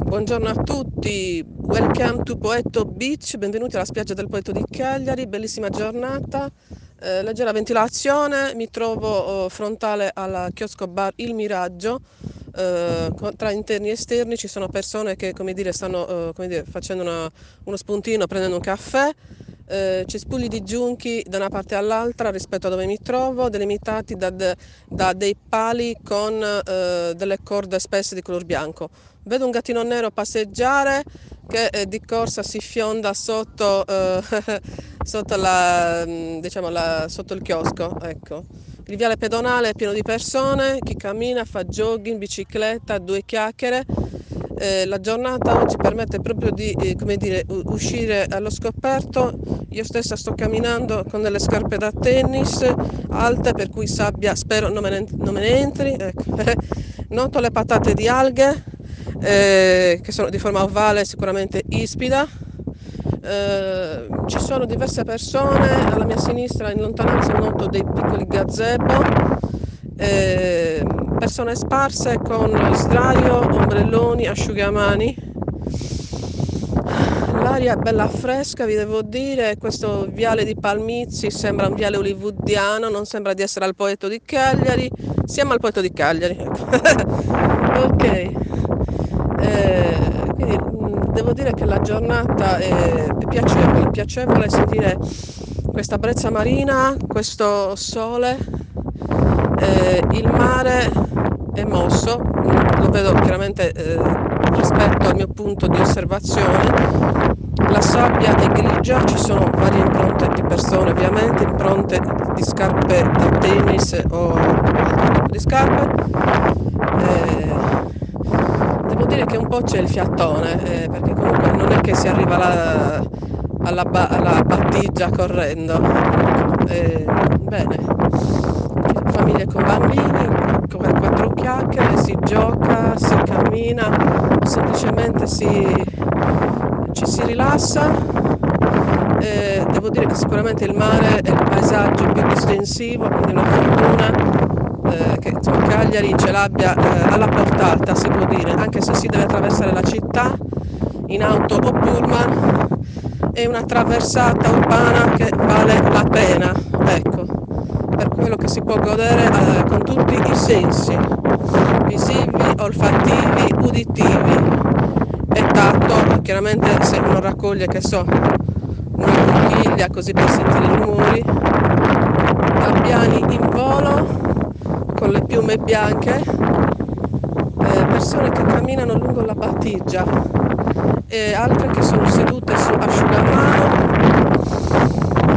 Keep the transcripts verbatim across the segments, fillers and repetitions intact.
Buongiorno a tutti, welcome to Poetto Beach, benvenuti alla spiaggia del Poetto di Cagliari, bellissima giornata, eh, leggera ventilazione, mi trovo oh, frontale al chiosco bar Il Miraggio, eh, co- tra interni e esterni ci sono persone che come dire, stanno eh, come dire, facendo una- uno spuntino, prendendo un caffè, eh, cespugli di giunchi da una parte all'altra rispetto a dove mi trovo, delimitati da, de- da dei pali con eh, delle corde spesse di color bianco. Vedo un gattino nero passeggiare che eh, di corsa si fionda sotto, eh, sotto, la, mm, diciamo la- sotto il chiosco. Ecco. Il viale pedonale è pieno di persone, chi cammina, fa jogging, bicicletta, due chiacchiere. Eh, la giornata oggi permette proprio di eh, come dire, u- uscire allo scoperto. Io stessa sto camminando con delle scarpe da tennis alte, per cui sabbia spero non me ne, non me ne entri. Ecco. Noto le patate di alghe eh, che sono di forma ovale, sicuramente ispida. Eh, ci sono diverse persone, alla mia sinistra in lontananza noto dei piccoli gazebo, eh, persone sparse con sdraio, ombrelloni, asciugamani. L'aria è bella fresca, vi devo dire, questo viale di Palmizzi sembra un viale hollywoodiano, non sembra di essere al Poetto di Cagliari, siamo al Poetto di Cagliari. Ok. Eh, quindi mh, devo dire che la giornata è piacevole, piacevole sentire questa brezza marina, questo sole, eh, il mare è mosso, mh, lo vedo chiaramente eh, rispetto al mio punto di osservazione, la sabbia è grigia, ci sono varie impronte di persone ovviamente, impronte di scarpe da tennis o altro tipo di scarpe. Eh, Devo dire che un po' c'è il fiatone, eh, perché comunque non è che si arriva alla, alla, ba- alla battigia correndo. Eh, bene, famiglie con bambini, con quattro chiacchiere, si gioca, si cammina, semplicemente si, ci si rilassa. Eh, devo dire che sicuramente il mare è il paesaggio più distensivo, quindi una fortuna eh, che insomma, Cagliari ce l'abbia eh, alla portata, si può dire, anche se si deve attraversare la città in auto o pullman, è una traversata urbana che vale la pena, ecco, per quello che si può godere eh, con tutti i sensi, visivi, olfattivi, uditivi e tatto, chiaramente se uno raccoglie, che so, una conchiglia così per sentire i rumori, gabbiani in volo con le piume bianche, eh, persone che camminano lungo la battigia e altre che sono sedute su asciugamano.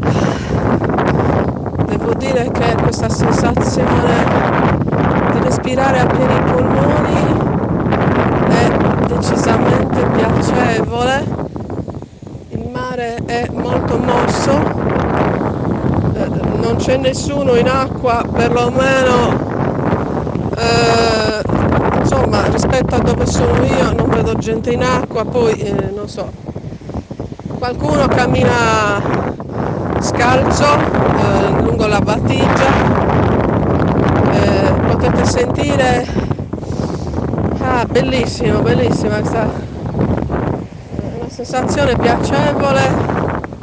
Devo dire che questa sensazione di respirare a pieni polmoni è decisamente piacevole. Il mare è molto mosso, eh, non c'è nessuno in acqua, perlomeno eh, insomma rispetto a dove sono io non vedo gente in acqua, poi eh, non so, qualcuno cammina scalzo eh, lungo la battigia, eh, potete sentire, ah bellissimo, bellissima questa, è una sensazione piacevole.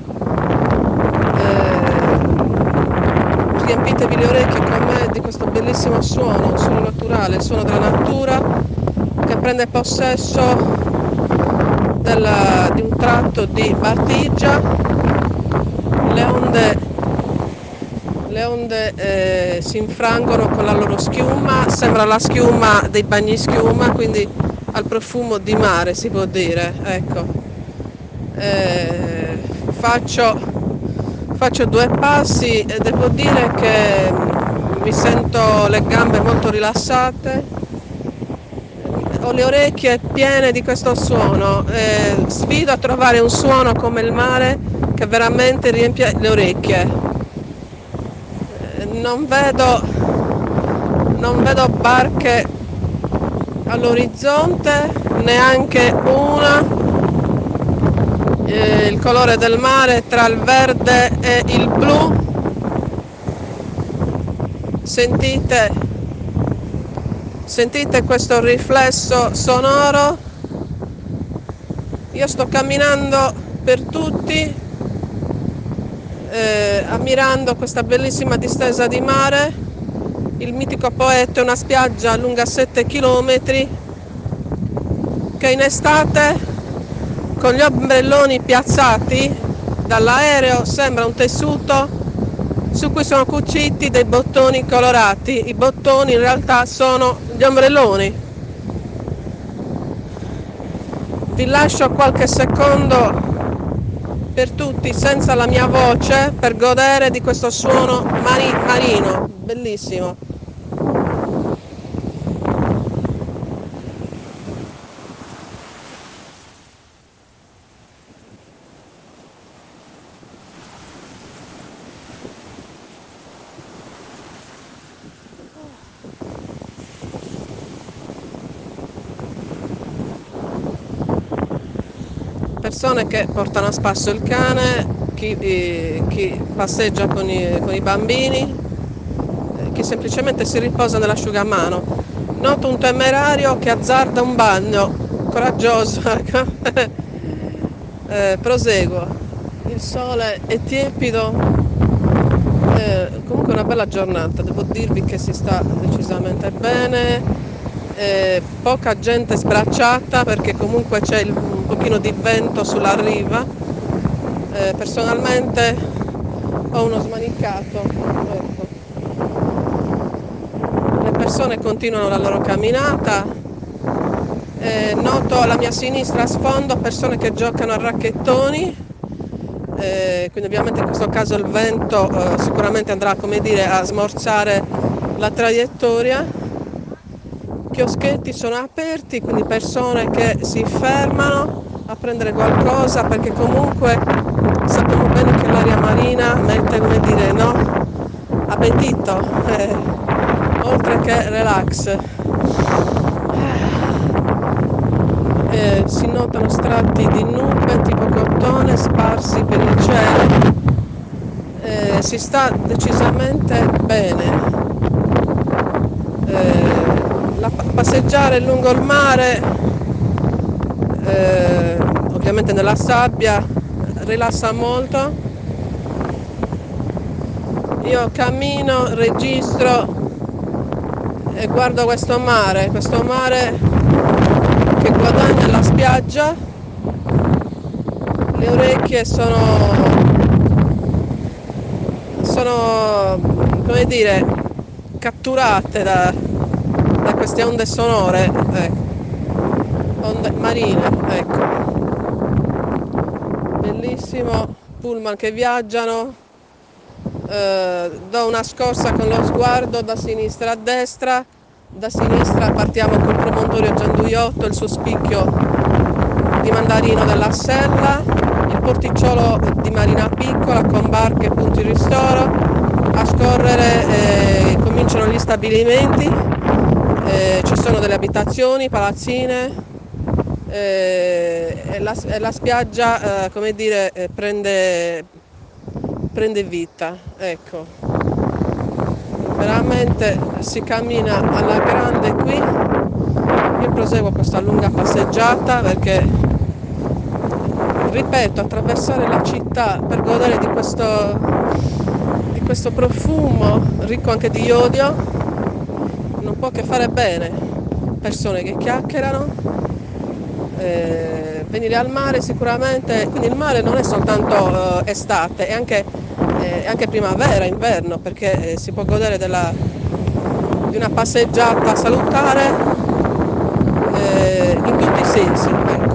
Eh, riempitevi le orecchie con me di questo bellissimo suono, un suono naturale, il suono della natura che prende possesso della, di un tratto di battigia, le onde, le onde eh, si infrangono con la loro schiuma, sembra la schiuma dei bagni schiuma, quindi al profumo di mare si può dire, ecco. Eh, faccio, faccio due passi e devo dire che mi sento le gambe molto rilassate, ho le orecchie piene di questo suono, eh, sfido a trovare un suono come il mare che veramente riempie le orecchie. Eh, non vedo, non vedo barche all'orizzonte, neanche una. Eh, il colore del mare tra il verde e il blu, sentite, sentite questo riflesso sonoro, Io sto camminando per tutti, eh, ammirando questa bellissima distesa di mare. Il mitico Poetto è una spiaggia lunga sette chilometri che in estate, con gli ombrelloni piazzati dall'aereo, sembra un tessuto su cui sono cuciti dei bottoni colorati. I bottoni in realtà sono gli ombrelloni. Vi lascio qualche secondo per tutti senza la mia voce per godere di questo suono mari- marino, bellissimo. Persone che portano a spasso il cane, chi, eh, chi passeggia con i, con i bambini, eh, chi semplicemente si riposa nell'asciugamano. Noto un temerario che azzarda un bagno, coraggioso. eh, proseguo. Il sole è tiepido, eh, comunque è una bella giornata, devo dirvi che si sta decisamente bene, eh, poca gente sbracciata perché comunque c'è il, un pochino di vento sulla riva. Eh, personalmente ho uno smanicato, ecco. Le persone continuano la loro camminata, eh, noto alla mia sinistra a sfondo persone che giocano a racchettoni. Eh, quindi ovviamente in questo caso il vento eh, sicuramente andrà, come dire, a smorzare la traiettoria. Chioschetti sono aperti, quindi persone che si fermano a prendere qualcosa perché comunque sappiamo bene che l'aria marina mette, come dire, no? Appetito, eh, oltre che relax. Eh, si notano strati di nube tipo cotone sparsi per il cielo. Eh, si sta decisamente bene. Eh, la, passeggiare lungo il mare, eh, ovviamente nella sabbia, rilassa molto. Io cammino, registro e guardo questo mare, questo mare che guadagna la spiaggia. Le orecchie sono, sono come dire, catturate da, da queste onde sonore, ecco. Onde marine, ecco. Bellissimo, pullman che viaggiano, eh, do una scorsa con lo sguardo da sinistra a destra, da sinistra partiamo col promontorio Gianduiotto, il suo spicchio di Mandarino della Sella, il porticciolo di Marina Piccola con barche e punti ristoro. A scorrere eh, cominciano gli stabilimenti, eh, ci sono delle abitazioni, palazzine, eh, e, la, e la spiaggia eh, come dire, eh, prende, prende vita, ecco. Veramente si cammina alla grande qui. Io proseguo questa lunga passeggiata perché, ripeto, attraversare la città per godere di questo, di questo profumo ricco anche di iodio non può che fare bene. Persone che chiacchierano, eh, venire al mare sicuramente, quindi il mare non è soltanto eh, estate, è anche, eh, è anche primavera, inverno, perché eh, si può godere della, di una passeggiata salutare eh, in tutti i sensi, ecco.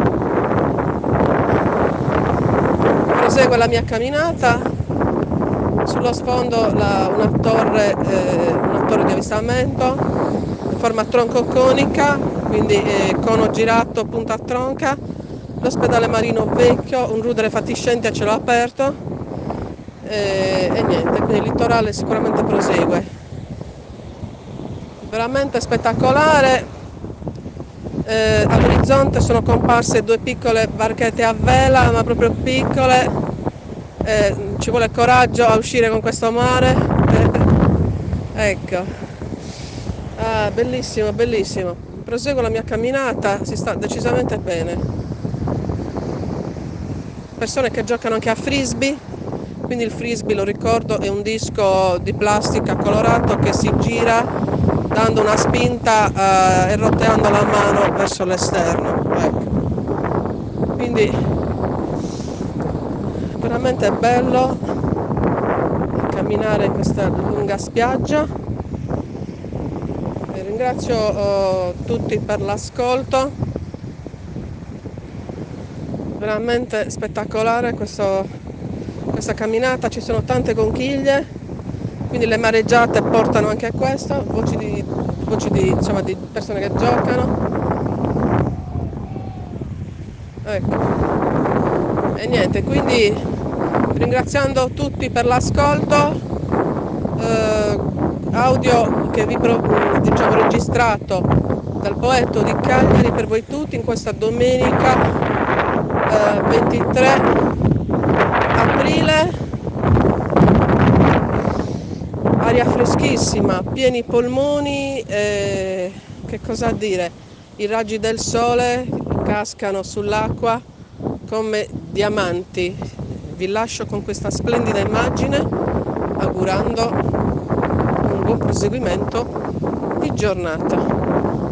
Proseguo la mia camminata, sullo sfondo la, una, torre, eh, una torre di avvistamento in forma tronco-conica, quindi eh, cono girato, punta a tronca, l'ospedale marino vecchio, un rudere fatiscente a cielo aperto, eh, e niente, quindi il litorale sicuramente prosegue. Veramente spettacolare. Eh, all'orizzonte sono comparse due piccole barchette a vela, ma proprio piccole. Eh, ci vuole coraggio a uscire con questo mare. Ecco, ah, bellissimo, bellissimo. Proseguo la mia camminata, si sta decisamente bene. persone che giocano anche a frisbee, quindi il frisbee, lo ricordo, è un disco di plastica colorato che si gira dando una spinta eh, e roteando la mano verso l'esterno, ecco. Quindi veramente bello camminare in questa lunga spiaggia. E ringrazio eh, tutti per l'ascolto, veramente spettacolare questo, questa camminata, ci sono tante conchiglie, quindi le mareggiate portano anche a questo, voci di, voci di, insomma, di persone che giocano, ecco. E niente, quindi ringraziando tutti per l'ascolto, eh, audio che vi pro, diciamo registrato dal Poetto di Cagliari per voi tutti in questa domenica eh, ventitré aprile, aria freschissima, pieni polmoni, eh, che cosa dire, i raggi del sole cascano sull'acqua come diamanti. Vi lascio con questa splendida immagine, augurando un buon proseguimento di giornata.